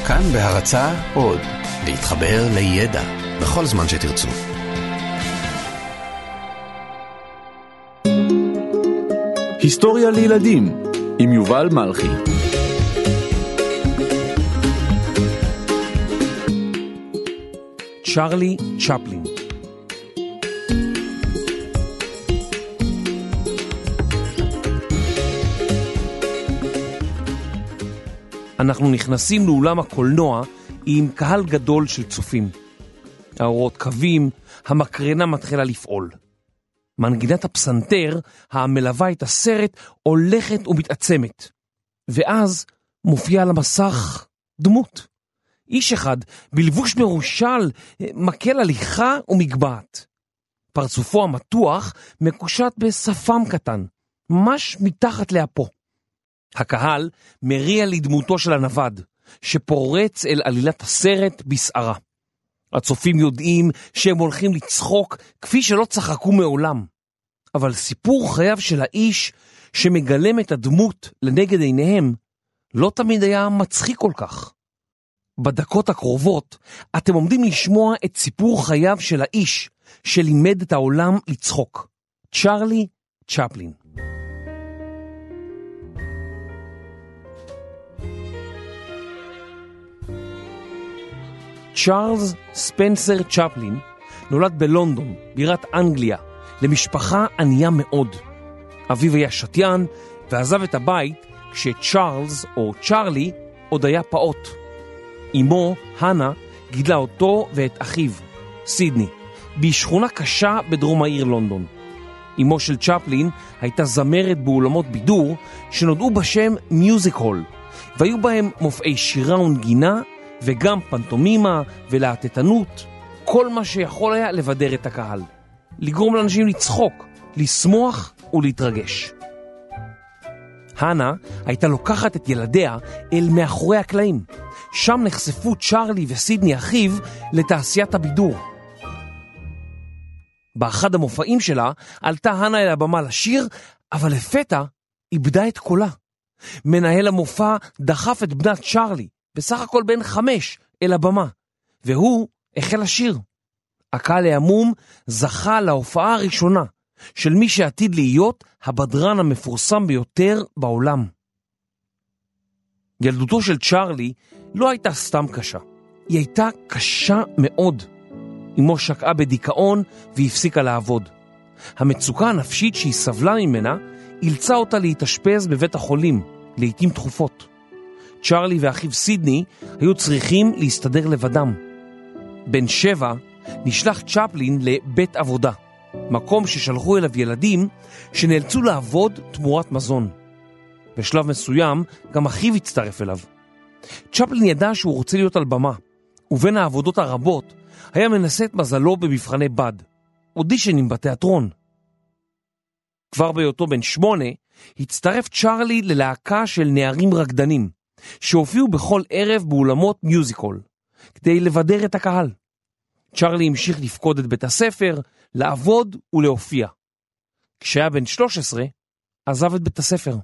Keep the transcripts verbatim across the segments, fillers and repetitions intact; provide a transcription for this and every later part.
כאן בהרצאה עוד, להתחבר לידע בכל זמן שתרצו. היסטוריה לילדים עם יובל מלכי. צ'רלי צ'פלין. אנחנו נכנסים לאולם הקולנוע עם קהל גדול של צופים. האורות קווים, המקרנה מתחילה לפעול. מנגינת הפסנתר, המלווה את הסרט, הולכת ומתעצמת. ואז מופיע על המסך דמות. איש אחד, בלבוש מרושל, מקל הליכה ומגבעת. פרצופו המתוח מקושט בשפם קטן, ממש מתחת לאפו. הקהל מריע לדמותו של הנווד, שפורץ אל עלילת הסרט בסערה. הצופים יודעים שהם הולכים לצחוק כפי שלא צחקו מעולם. אבל סיפור חייו של האיש שמגלם את הדמות לנגד עיניהם, לא תמיד היה מצחיק כל כך. בדקות הקרובות אתם עומדים לשמוע את סיפור חייו של האיש שלימד את העולם לצחוק. צ'רלי צ'פלין. צ'ארלס ספנסר צ'פלין נולד בלונדון, בירת אנגליה, למשפחה ענייה מאוד. אביו היה שתיין ועזב את הבית כשצ'ארלס או צ'רלי עוד היה פעוט. אמו, הנה, גידלה אותו ואת אחיו, סידני, בשכונה קשה בדרום העיר לונדון. אמו של צ'פלין הייתה זמרת באולמות בידור שנודעו בשם מיוזיק הול, והיו בהם מופעי שירה ונגינה וגם פנטומימה ולהטטנות, כל מה שיכול היה לבדר את הקהל, לגרום לאנשים לצחוק, לשמוח ולהתרגש. הנה הייתה לוקחת את ילדיה אל מאחורי הקלעים. שם נחשפו צ'רלי וסידני אחיו לתעשיית הבידור. באחד המופעים שלה עלתה הנה אל הבמה לשיר, אבל לפתע איבדה את קולה. מנהל המופע דחף את בנת צ'רלי, בסך הכל בן חמש, אל הבמה, והוא החל לשיר. הקהל העמום זכה להופעה הראשונה של מי שעתיד להיות הבדרן המפורסם ביותר בעולם. ילדותו של צ'רלי לא הייתה סתם קשה, היא הייתה קשה מאוד. אמו שקעה בדיכאון והפסיקה לעבוד. המצוקה הנפשית שהיא סבלה ממנה אילצה אותה להתאשפז בבית החולים, לעתים תכופות. צ'רלי ואחיו סידני היו צריכים להסתדר לבדם. בן שבע נשלח צ'פלין לבית עבודה, מקום ששלחו אליו ילדים שנאלצו לעבוד תמורת מזון. בשלב מסוים גם אחיו הצטרף אליו. צ'פלין ידע שהוא רוצה להיות על במה, ובין העבודות הרבות היה מנסה את מזלו במבחני בד, אודישנים בתיאטרון. כבר בהיותו בן שמונה הצטרף צ'רלי ללהקה של נערים רקדנים, שהופיעו בכל ערב באולמות מיוזיקול, כדי לבדר את הקהל. צ'רלי המשיך לפקוד את בית הספר, לעבוד ולהופיע. כשהיה בן שלוש עשרה, עזב את בית הספר.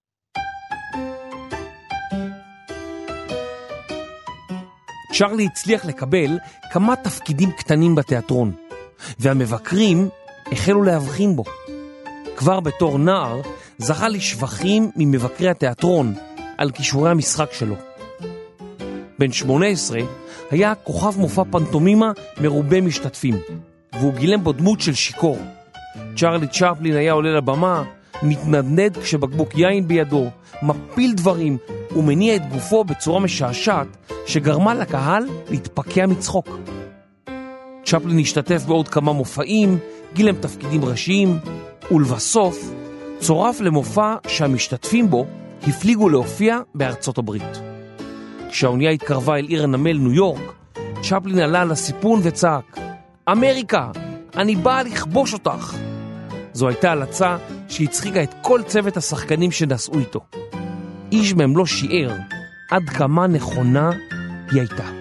צ'רלי הצליח לקבל כמה תפקידים קטנים בתיאטרון, והמבקרים החלו להבחין בו. כבר בתור נער זכה לשבחים ממבקרי התיאטרון על כישורי המשחק שלו. בן שמונה עשרה היה כוכב מופע פנטומימה מרובה משתתפים, והוא גילם בו דמות של שיקור. צ'רלי צ'פלין היה עולה לבמה, מתנדנד כשבקבוק יין בידו, מפיל דברים ומניע את גופו בצורה משעשעת שגרמה לקהל להתפקע מצחוק. צ'פלין השתתף בעוד כמה מופעים, גילם תפקידים ראשיים, ולבסוף צורף למופע שהמשתתפים בו הפליגו להופיע בארצות הברית. כשהאונייה התקרבה אל עיר הנמל ניו יורק, צ'פלין עלה על הסיפון וצעק, אמריקה, אני באה לכבוש אותך. זו הייתה הלצה שהצחיקה את כל צוות השחקנים שנסעו איתו. איש מהם לא שיער עד כמה נכונה היא הייתה.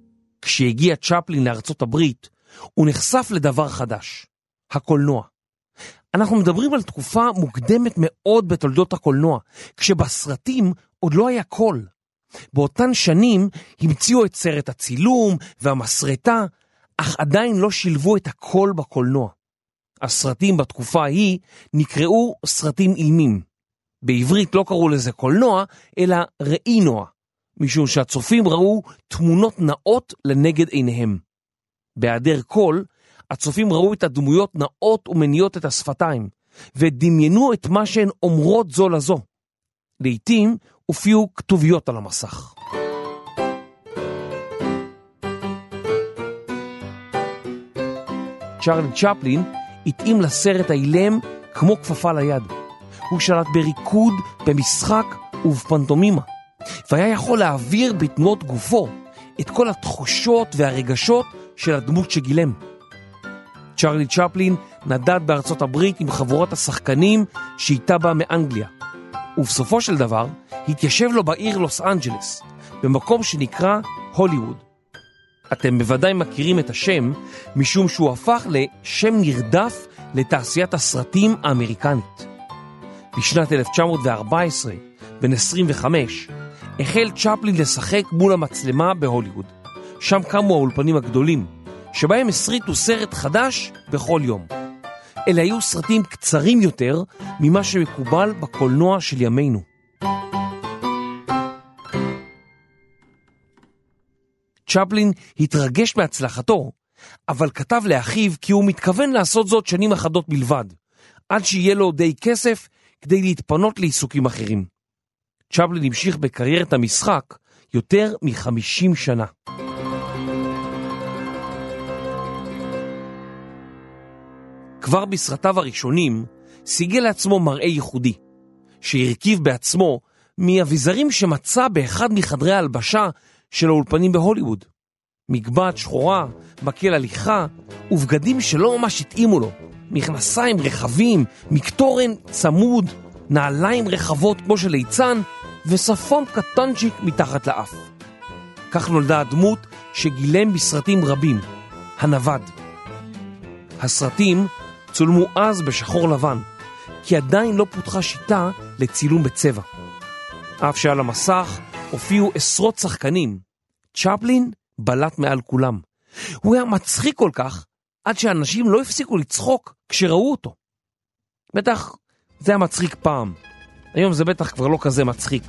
כשהגיע צ'פלין לארצות הברית, הוא נחשף לדבר חדש, הקולנוע. אנחנו מדברים על תקופה מוקדמת מאוד בתולדות הקולנוע, כשבסרטים עוד לא היה קול. באותן שנים המציאו את סרט הצילום והמסרטה, אך עדיין לא שילבו את הקול בקולנוע. הסרטים בתקופה ההיא נקראו סרטים אילמים. בעברית לא קראו לזה קולנוע, אלא ראינוע, משום שהצופים ראו תמונות נאות לנגד עיניהם. בהיעדר קול, הצופים ראו את הדמויות נאות ומניעות את השפתיים, ודמיינו את מה שהן אומרות זו לזו. לעתים הופיעו כתוביות על המסך. צ'רלי צ'פלין התאים לסרט האילם כמו כפפה ליד. הוא שלט בריקוד, במשחק ובפנטומימה, והיה יכול להעביר בתנועות גופו את כל התחושות והרגשות של הדמות שגילם. צ'רלי צ'פלין נדד בארצות הברית עם חבורת השחקנים שאיתה בא מאנגליה, ובסופו של דבר התיישב לו בעיר לוס אנג'לס, במקום שנקרא הוליווד. אתם בוודאי מכירים את השם, משום שהוא הפך לשם נרדף לתעשיית הסרטים האמריקנית. בשנת אלף תשע מאות וארבע עשרה, בן עשרים וחמש, החל צ'פלין לשחק מול המצלמה בהוליווד. שם קמו האולפנים הגדולים, שבהם הסריטו סרט חדש בכל יום. אלה היו סרטים קצרים יותר ממה שמקובל בקולנוע של ימינו. צ'פלין התרגש מהצלחתו, אבל כתב לאחיו כי הוא מתכוון לעשות זאת שנים אחדות בלבד, עד שיהיה לו די כסף כדי להתפנות לעיסוקים אחרים. צ'פלין המשיך בקריירת המשחק יותר מ-חמישים שנה. כבר בסרטיו הראשונים סיגל לעצמו מראה ייחודי, שהרכיב בעצמו מאביזרים שמצא באחד מחדרי ההלבשה של האולפנים בהוליווד. מגבעת שחורה, מקל הליכה ובגדים שלא ממש התאימו לו, מכנסיים רחבים, מקטורן צמוד, נעליים רחבות כמו של ליצן וספון קטנצ'יק מתחת לאף. כך נולדה הדמות שגילם בסרטים רבים, הנווד. הסרטים צולמו אז בשחור לבן, כי עדיין לא פותחה שיטה לצילום בצבע. אף שעל המסך הופיעו עשרות שחקנים, צ'פלין בלט מעל כולם. הוא היה מצחיק כל כך, עד שאנשים לא הפסיקו לצחוק כשראו אותו. בטח זה היה מצחיק פעם. היום זה בטח כבר לא כזה מצחיק.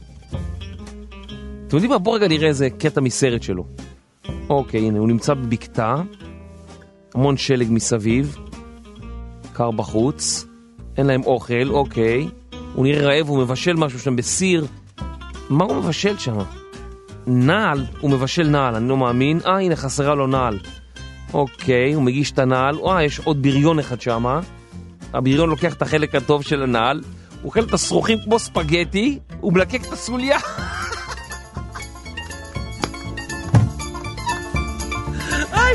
אתם יודעים מה? בוא רגע נראה איזה קטע מסרט שלו. אוקיי, הנה, הוא נמצא בבקתה, המון שלג מסביב, קר בחוץ, אין להם אוכל, אוקיי. הוא נראה רעב, הוא מבשל משהו שם בסיר. מה הוא מבשל שם? נעל, הוא מבשל נעל, אני לא מאמין. אה, הנה, חסרה לו נעל. אוקיי, הוא מגיש את הנעל. אה, יש עוד בריון אחד שם. הבריון לוקח את החלק הטוב של הנעל, הוא אוכל את הסרוכים כמו ספגטי, הוא מלקק את הסוליה. איי!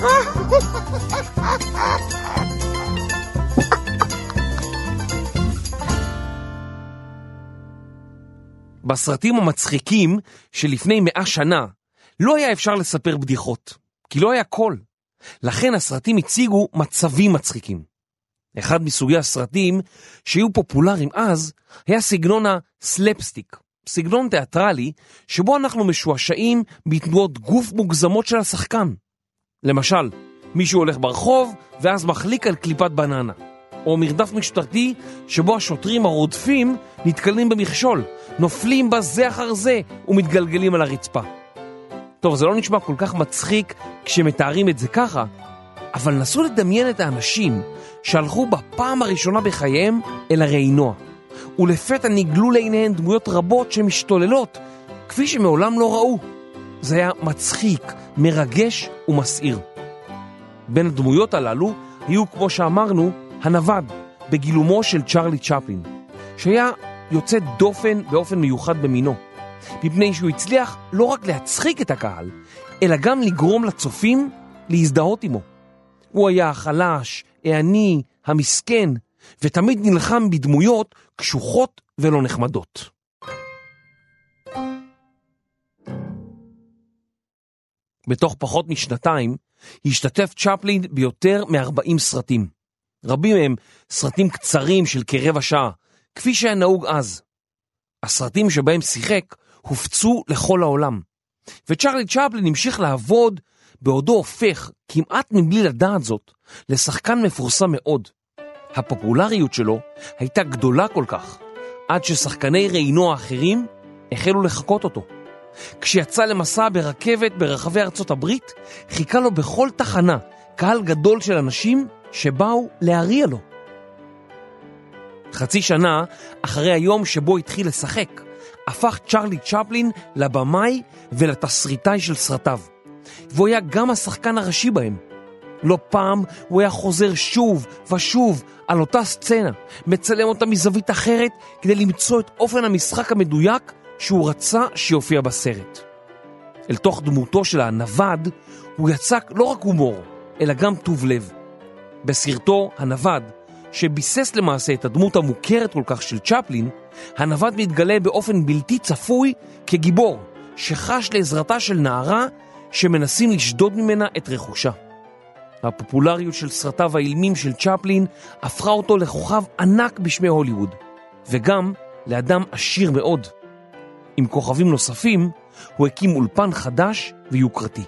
בסרטים המצחיקים שלפני מאה שנה לא היה אפשר לספר בדיחות, כי לא היה קול. לכן הסרטים הציגו מצבים מצחיקים. אחד מסוגי הסרטים שהיו פופולריים אז היה סגנון הסלפסטיק, סגנון תיאטרלי שבו אנחנו משועשעים בתנועות גוף מוגזמות של השחקן. למשל, מישהו הולך ברחוב ואז מחליק על קליפת בננה, או מרדף משטרתי שבו השוטרים הרודפים נתקלים במכשול, נופלים בזה אחר זה ומתגלגלים על הרצפה. טוב, זה לא נשמע כל כך מצחיק כשמתארים את זה ככה, אבל נסו לדמיין את האנשים שהלכו בפעם הראשונה בחייהם אל הראינוע, ולפתע נגלו לעיניהן דמויות רבות שמשתוללות, כפי שמעולם לא ראו. זה היה מצחיק, מרגש ומסעיר. בין הדמויות הללו היו, כמו שאמרנו, הנווד, בגילומו של צ'רלי צ'פלין, שהיה יוצא דופן באופן מיוחד במינו, מפני שהוא הצליח לא רק להצחיק את הקהל, אלא גם לגרום לצופים להזדהות עמו. הוא היה החלש, העני, המסכן, ותמיד נלחם בדמויות קשוחות ולא נחמדות. בתוך פחות משנתיים השתתף צ'פלין ביותר מ-ארבעים סרטים. רבים מהם סרטים קצרים של כרבע שעה, כפי שהיה נהוג אז. הסרטים שבהם שיחק הופצו לכל העולם, וצ'רלי צ'פלין המשיך לעבוד בעודו הופך, כמעט מבלי לדעת זאת, לשחקן מפורסם מאוד. הפופולריות שלו הייתה גדולה כל כך, עד ששחקני ראינו האחרים החלו לחכות אותו. כשיצא למסע ברכבת ברחבי ארצות הברית, חיכה לו בכל תחנה קהל גדול של אנשים שבאו להריע לו. חצי שנה אחרי היום שבו התחיל לשחק, הפך צ'רלי צ'פלין לבמאי ולתסריטאי של סרטיו, והוא היה גם השחקן הראשי בהם. לא פעם הוא היה חוזר שוב ושוב על אותה סצנה, מצלם אותה מזווית אחרת כדי למצוא את אופן המשחק המדויק שהוא רצה שיופיע בסרט. אל תוך דמותו של הנווד הוא יצק לא רק הומור, אלא גם טוב לב. בסרטו הנווד, שביסס למעשה את הדמות המוכרת כל כך של צ'פלין, הנווד מתגלה באופן בלתי צפוי כגיבור שחש לעזרתה של נערה שמנסים לשדוד ממנה את רכושה. הפופולריות של סרטיו האילמים של צ'פלין הפכה אותו לכוכב ענק בשמי הוליווד, וגם לאדם עשיר מאוד. עם כוכבים נוספים, הוא הקים אולפן חדש ויוקרתי.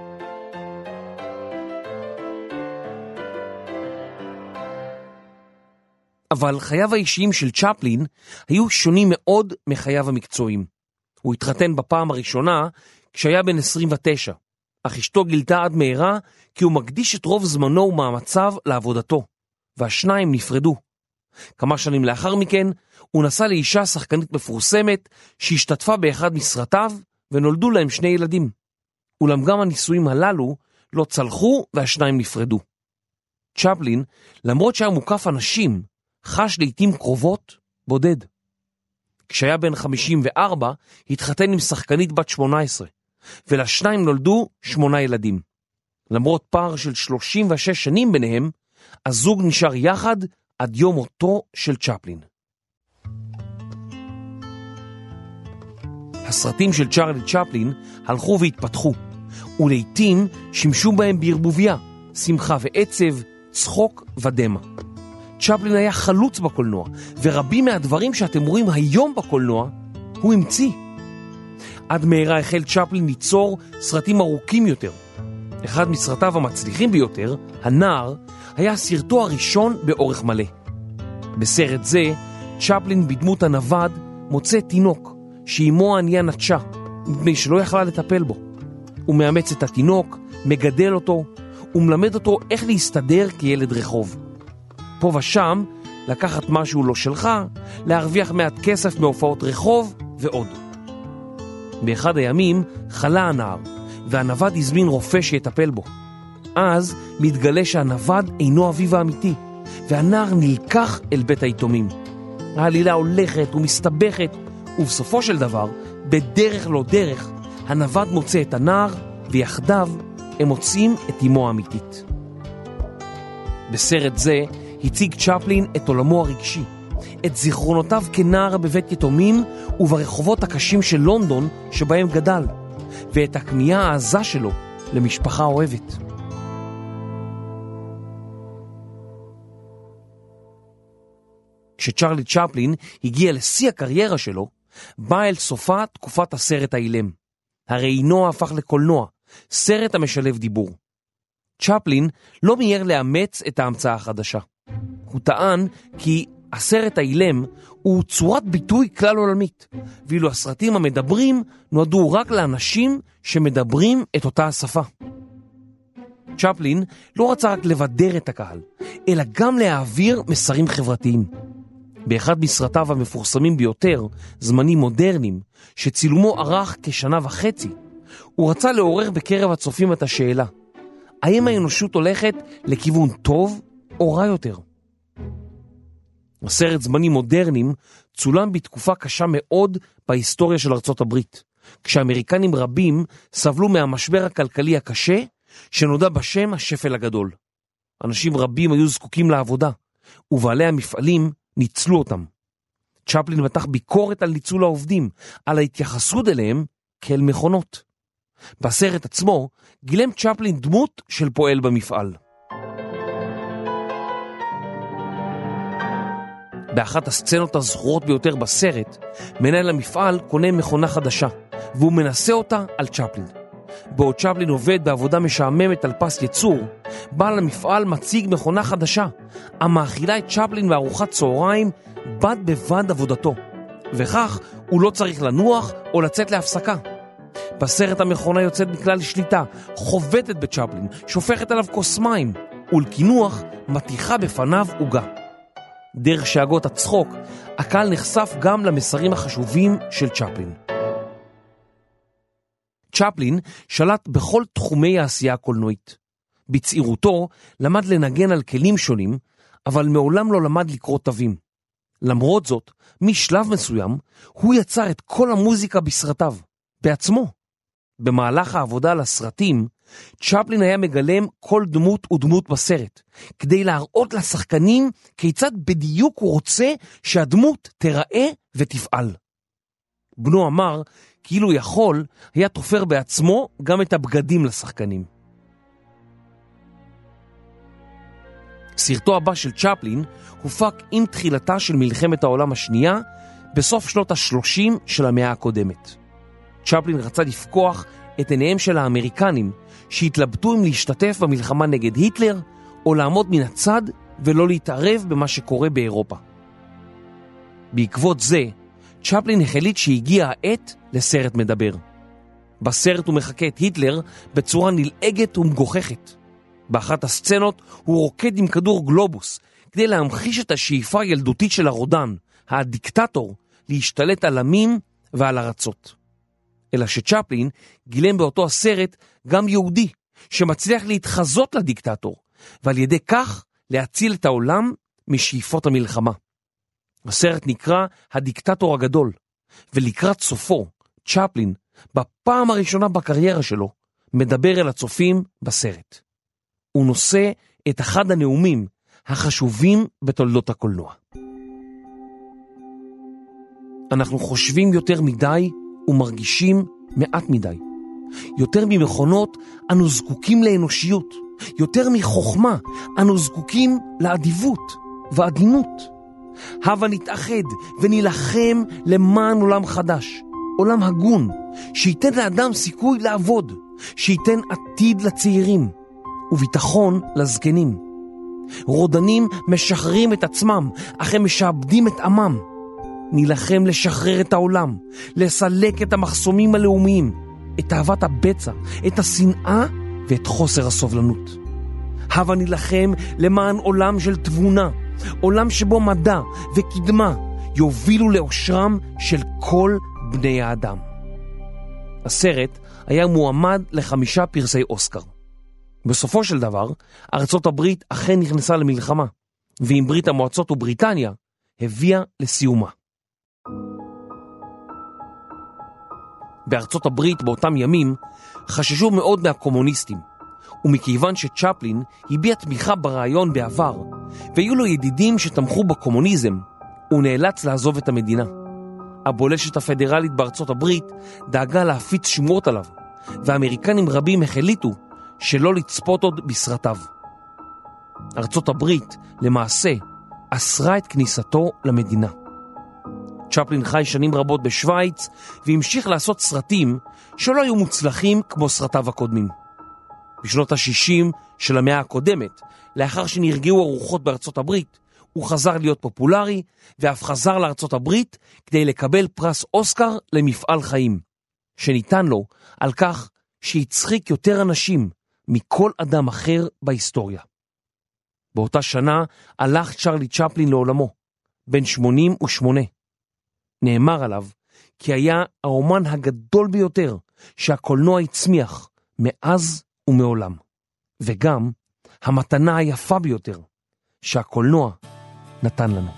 אבל חייו האישיים של צ'פלין היו שונים מאוד מחייו המקצועיים. הוא התחתן בפעם הראשונה כשהיה בן עשרים ותשע, אך אשתו גילתה עד מהרה כי הוא מקדיש את רוב זמנו ומאמציו לעבודתו, והשניים נפרדו. כמה שנים לאחר מכן הוא נסע לאישה שחקנית מפורסמת שהשתתפה באחד מסרטיו ונולדו להם שני ילדים. אולם גם הנישואים הללו לא צלחו והשניים נפרדו. צ'פלין, למרות שהיה מוקף אנשים, חש לעתים קרובות בודד. כשהיה בן חמישים וארבע התחתן עם שחקנית בת שמונה עשרה, ולשניים נולדו שמונה ילדים. למרות פער של שלושים ושש שנים ביניהם, הזוג נשאר יחד עד יום מותו של צ'פלין. הסרטים של צ'רלי צ'פלין הלכו והתפתחו, ולעיתים שימשו בהם בערבוביה, שמחה ועצב, צחוק ודמה. צ'פלין היה חלוץ בקולנוע, ורבים מהדברים שאתם רואים היום בקולנוע הוא המציא. עד מהרה החל צ'פלין ליצור סרטים ארוכים יותר. אחד מסרטיו המצליחים ביותר, הנער, היה סרטו הראשון באורך מלא. בסרט זה, צ'פלין בדמות הנווד מוצא תינוק, שאימו הענייה נטשה, מפני שלא יכלה לטפל בו. הוא מאמץ את התינוק, מגדל אותו, ומלמד אותו איך להסתדר כילד רחוב. פה ושם, לקחת משהו לא שלך, להרוויח מעט כסף מהופעות רחוב ועוד. באחד הימים חלה הנער, והנווד הזמין רופא שיטפל בו. אז מתגלה שהנווד אינו אביו האמיתי, והנער נלקח אל בית היתומים. העלילה הולכת ומסתבכת, ובסופו של דבר, בדרך לא דרך, הנווד מוצא את הנער, ויחדיו הם מוצאים את אמו האמיתית. בסרט זה הציג צ'פלין את עולמו הרגשי, את זיכרונותיו כנער בבית יתומים וברחובות הקשים של לונדון שבהם גדל, ואת הכמיהה העזה שלו למשפחה אוהבת. כשצ'רלי צ'פלין הגיע לשיא הקריירה שלו, באה אל סופה תקופת הסרט האילם. הראינו הפך לקולנוע, סרט המשלב דיבור. צ'פלין לא מיהר לאמץ את ההמצאה החדשה. הוא טען כי הסרט האילם הוא צורת ביטוי כלל עולמית, ואילו הסרטים המדברים נועדו רק לאנשים שמדברים את אותה השפה. צ'פלין לא רצה רק לבדר את הקהל, אלא גם להעביר מסרים חברתיים. באחד מסרטיו המפורסמים ביותר, זמנים מודרניים, שצילומו ארך כשנה וחצי, הוא רצה לעורר בקרב הצופים את השאלה, האם האנושות הולכת לכיוון טוב או רע יותר? הסרט זמנים מודרניים צולם בתקופה קשה מאוד בהיסטוריה של ארצות הברית, כשאמריקנים רבים סבלו מהמשבר הכלכלי הקשה שנודע בשם השפל הגדול. אנשים רבים היו זקוקים לעבודה, ובעלי המפעלים ניצלו אותם. צ'פלין מתח ביקורת על ניצול העובדים, על ההתייחסות אליהם כאל מכונות. בסרט עצמו גילם צ'פלין דמות של פועל במפעל. באחת הסצנות הזכורות ביותר בסרט, מנהל המפעל קונה מכונה חדשה, והוא מנסה אותה על צ'פלין. בעוד צ'פלין עובד בעבודה משעממת על פס ייצור, בעל המפעל מציג מכונה חדשה, המאכילה את צ'פלין בארוחת צהריים בד בבד עבודתו, וכך הוא לא צריך לנוח או לצאת להפסקה. בסרט המכונה יוצאת מכלל שליטה, חובטת בצ'פלין, שופכת עליו כוס מים, ולקינוח מתיחה בפניו עוגה. דרך שאגות הצחוק, הקהל נחשף גם למסרים החשובים של צ'פלין. צ'פלין שלט בכל תחומי העשייה הקולנועית. בצעירותו למד לנגן על כלים שונים, אבל מעולם לא למד לקרוא תווים. למרות זאת, משלב מסוים, הוא יצר את כל המוזיקה בסרטיו, בעצמו. במהלך העבודה על הסרטים, צ'פלין היה מגלם כל דמות ודמות בסרט, כדי להראות לשחקנים כיצד בדיוק הוא רוצה שהדמות תיראה ותפעל. בנו אמר, כאילו יכול, היה תופר בעצמו גם את הבגדים לשחקנים. סרטו הבא של צ'פלין הופק עם תחילתה של מלחמת העולם השנייה, בסוף שנות ה-שלושים של המאה הקודמת. צ'פלין רצה לפקוח את עיניהם של האמריקנים שהתלבטו אם להשתתף במלחמה נגד היטלר או לעמוד מן הצד ולא להתערב במה שקורה באירופה. בעקבות זה, צ'פלין החליט שהגיע העת לסרט מדבר. בסרט הוא מחכה את היטלר בצורה נלעגת ומגוחכת. באחת הסצנות הוא רוקד עם כדור גלובוס כדי להמחיש את השאיפה הילדותית של הרודן, הדיקטטור, להשתלט על עמים ועל ארצות. אלא שצ'פלין גילם באותו הסרט גם יהודי שמצליח להתחזות לדיקטטור, ועל ידי כך להציל את העולם משאיפות המלחמה. הסרט נקרא הדיקטטור הגדול, ולקראת סופו, צ'פלין, בפעם הראשונה בקריירה שלו, מדבר אל הצופים בסרט. הוא נושא את אחד הנאומים החשובים בתולדות הקולנוע. אנחנו חושבים יותר מדי ומרגישים מעט מדי. יותר ממכונות אנו זקוקים לאנושיות. יותר מחוכמה אנו זקוקים לאדיבות ועדינות. הבה נתאחד ונילחם למען עולם חדש. עולם הגון, שייתן לאדם סיכוי לעבוד, שייתן עתיד לצעירים וביטחון לזקנים. רודנים משחררים את עצמם, אך הם משעבדים את עמם. נילחם לשחרר את העולם, לסלק את המחסומים הלאומיים, את אהבת הבצע, את השנאה ואת חוסר הסובלנות. הבה נילחם למען עולם של תבונה, עולם שבו מדע וקדמה יובילו לאושרם של כל בני האדם. הסרט היה מועמד לחמישה פרסי אוסקר. בסופו של דבר, ארצות הברית אכן נכנסה למלחמה, ועם ברית המועצות ובריטניה הביאה לסיומה. בארצות הברית באותם ימים חששו מאוד מהקומוניסטים, ומכיוון שצ'פלין הביע תמיכה ברעיון בעבר, והיו לו ידידים שתמכו בקומוניזם, הוא נאלץ לעזוב את המדינה. הבולשת הפדרלית בארצות הברית דאגה להפיץ שמועות עליו, ואמריקנים רבים החליטו שלא לצפות עוד בסרטיו. ארצות הברית למעשה אסרה את כניסתו למדינה. צ'פלין חי שנים רבות בשוויץ והמשיך לעשות סרטים שלא היו מוצלחים כמו סרטיו הקודמים. בשנות ה-שישים של המאה הקודמת, לאחר שנרגעו הרוחות בארצות הברית, הוא חזר להיות פופולרי ואף חזר לארצות הברית כדי לקבל פרס אוסקר למפעל חיים, שניתן לו על כך שהצחיק יותר אנשים מכל אדם אחר בהיסטוריה. באותה שנה הלך צ'רלי צ'פלין לעולמו, בן שמונים ושמונה. נאמר עליו כי היה האומן הגדול ביותר שהקולנוע הצמיח מאז ומעולם, וגם המתנה היפה ביותר שהקולנוע נתן לנו.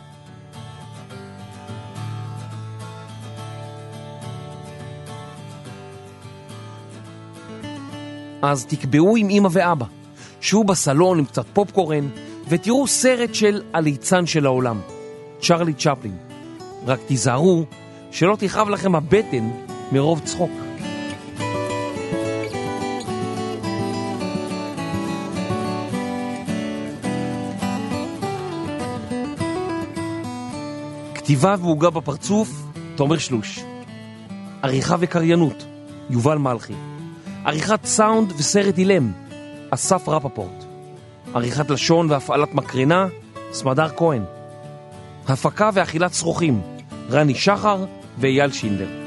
אז תקבעו עם אמא ואבא, שהוא בסלון עם קצת פופקורן, ותראו סרט של הליצן של העולם, צ'רלי צ'פלין. רק תיזהרו שלא תכאב לכם הבטן מרוב צחוק. כתיבה והוגה בפרצוף, תומר שלוש. עריכה וקריינות, יובל מלכי. עריכת סאונד וסרט אילם, אסף רפפורט. עריכת לשון והפעלת מקרינה, סמדר כהן. הפקה ואכילת שרוכים, רני שחר ואייל שינדר.